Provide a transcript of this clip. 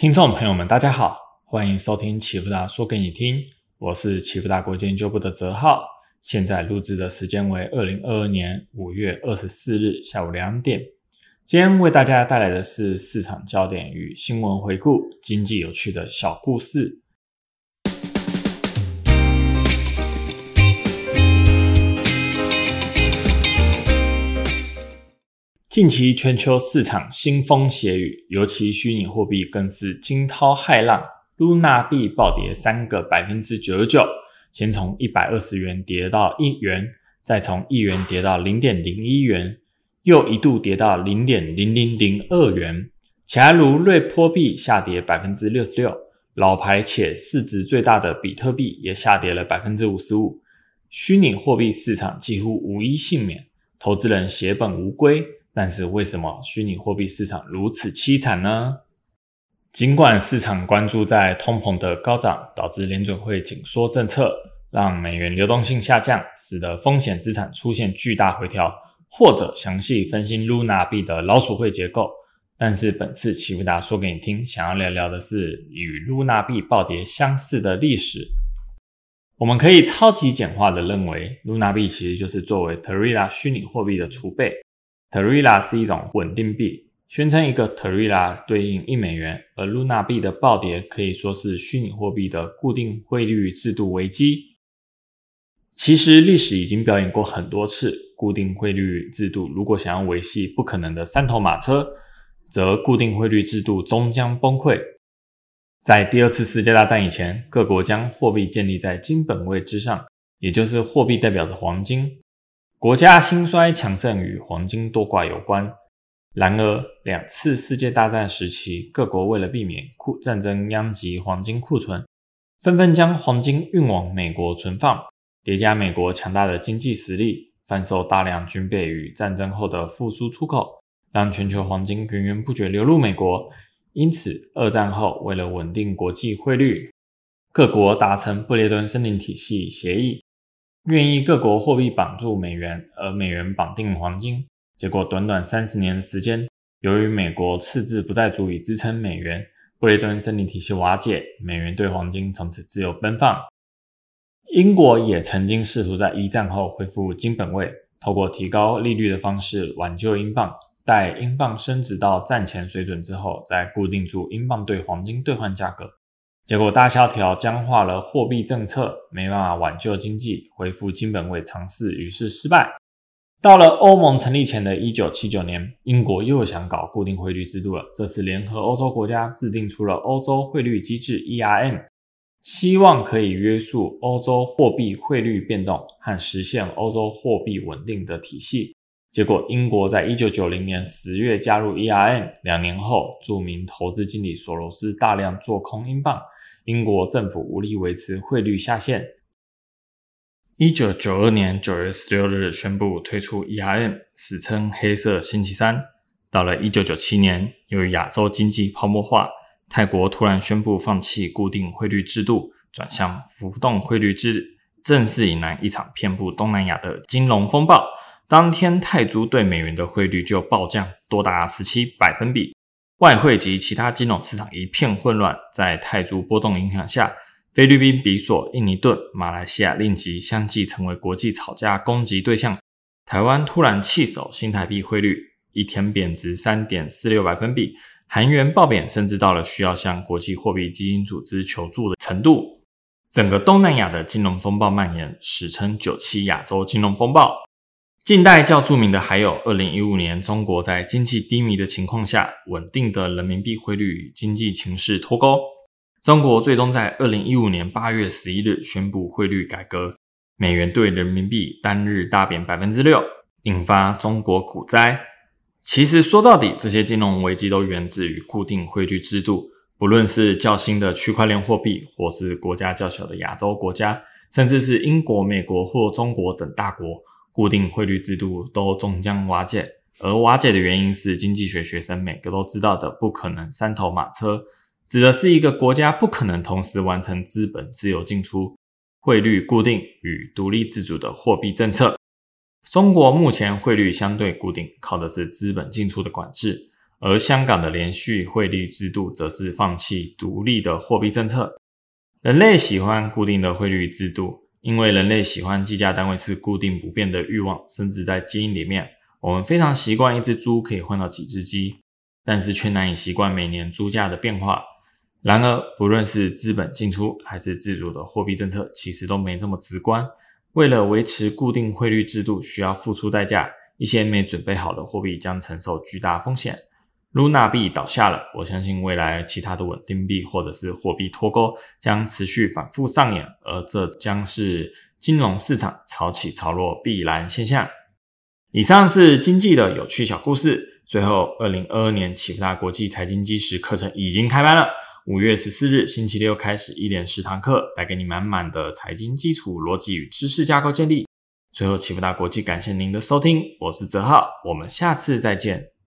听众朋友们大家好，欢迎收听启福达说给你听，我是启福达国际研究部的泽浩，现在录制的时间为2022年5月24日下午2点。今天为大家带来的是市场焦点与新闻回顾，经济有趣的小故事。近期全球市场腥风血雨，尤其虚拟货币更是惊涛骇浪。Luna 币暴跌3个 99%， 先从120元跌到1元，再从1元跌到 0.01 元，又一度跌到 0.0002 元。其他如瑞波币下跌 66%， 老牌且市值最大的比特币也下跌了 55%。 虚拟货币市场几乎无一幸免，投资人血本无归。但是为什么虚拟货币市场如此凄惨呢？尽管市场关注在通膨的高涨导致联准会紧缩政策，让美元流动性下降，使得风险资产出现巨大回调，或者详细分析 Luna 币的老鼠会结构，但是本次启福达说给你听，想要聊聊的是与 Luna 币暴跌相似的历史。我们可以超级简化的认为 Luna 币其实就是作为 Terra 虚拟货币的储备。Terra 是一种稳定币，宣称一个 Terra 对应1美元，而 Luna 币的暴跌可以说是虚拟货币的固定汇率制度危机。其实历史已经表演过很多次，固定汇率制度如果想要维系不可能的三头马车，则固定汇率制度终将崩溃。在第二次世界大战以前，各国将货币建立在金本位之上，也就是货币代表着黄金。国家兴衰强盛与黄金多寡有关。然而两次世界大战时期，各国为了避免战争殃及黄金库存，纷纷将黄金运往美国存放，叠加美国强大的经济实力，贩售大量军备与战争后的复苏出口，让全球黄金源源不绝流入美国。因此二战后为了稳定国际汇率，各国达成布雷顿森林体系协议，愿意各国货币绑住美元，而美元绑定黄金。结果短短30年的时间，由于美国赤字不再足以支撑美元，布雷顿森林体系瓦解，美元兑黄金从此自由奔放。英国也曾经试图在一战后恢复金本位，透过提高利率的方式挽救英镑，待英镑升值到战前水准之后，再固定住英镑对黄金兑换价格。结果大萧条僵化了货币政策，没办法挽救经济，恢复金本位尝试于是失败。到了欧盟成立前的1979年，英国又想搞固定汇率制度了，这次联合欧洲国家制定出了欧洲汇率机制 ERM， 希望可以约束欧洲货币汇率变动和实现欧洲货币稳定的体系。结果英国在1990年10月加入 ERM，2年后著名投资经理索罗斯大量做空英镑，英国政府无力维持汇率下限。1992年9月16日宣布退出 ERM， 史称黑色星期三。到了1997年，由于亚洲经济泡沫化，泰国突然宣布放弃固定汇率制度，转向浮动汇率制，正式引来一场遍布东南亚的金融风暴。当天泰铢对美元的汇率就暴降，多达17%，外汇及其他金融市场一片混乱。在泰铢波动影响下，菲律宾、比索、印尼盾、马来西亚令吉相继成为国际吵架攻击对象。台湾突然弃守新台币汇率，一天贬值 3.46%， 韩元暴贬甚至到了需要向国际货币基金组织求助的程度。整个东南亚的金融风暴蔓延，史称97亚洲金融风暴。近代较著名的还有2015年中国在经济低迷的情况下，稳定的人民币汇率与经济情势脱钩。中国最终在2015年8月11日宣布汇率改革，美元对人民币单日大贬 6%， 引发中国股灾。其实说到底，这些金融危机都源自于固定汇率制度，不论是较新的区块链货币，或是国家较小的亚洲国家，甚至是英国、美国或中国等大国，固定汇率制度都终将瓦解。而瓦解的原因是经济学学生每个都知道的不可能三头马车，指的是一个国家不可能同时完成资本自由进出、汇率固定与独立自主的货币政策。中国目前汇率相对固定，靠的是资本进出的管制， 而香港的连续汇率制度则是放弃独立的货币政策。人类喜欢固定的汇率制度，因为人类喜欢计价单位是固定不变的欲望，甚至在基因里面，我们非常习惯一只猪可以换到几只鸡，但是却难以习惯每年猪价的变化。然而，不论是资本进出还是自主的货币政策，其实都没这么直观。为了维持固定汇率制度，需要付出代价，一些没准备好的货币将承受巨大风险。Luna 币倒下了，我相信未来其他的稳定币或者是货币脱钩将持续反复上演，而这将是金融市场潮起潮落必然现象。以上是经济的有趣小故事。最后，2022年启福大国际财经基石课程已经开班了，5月14日星期六开始，1连10堂课，带给你满满的财经基础、逻辑与知识架构建立。最后，启福大国际感谢您的收听，我是泽浩，我们下次再见。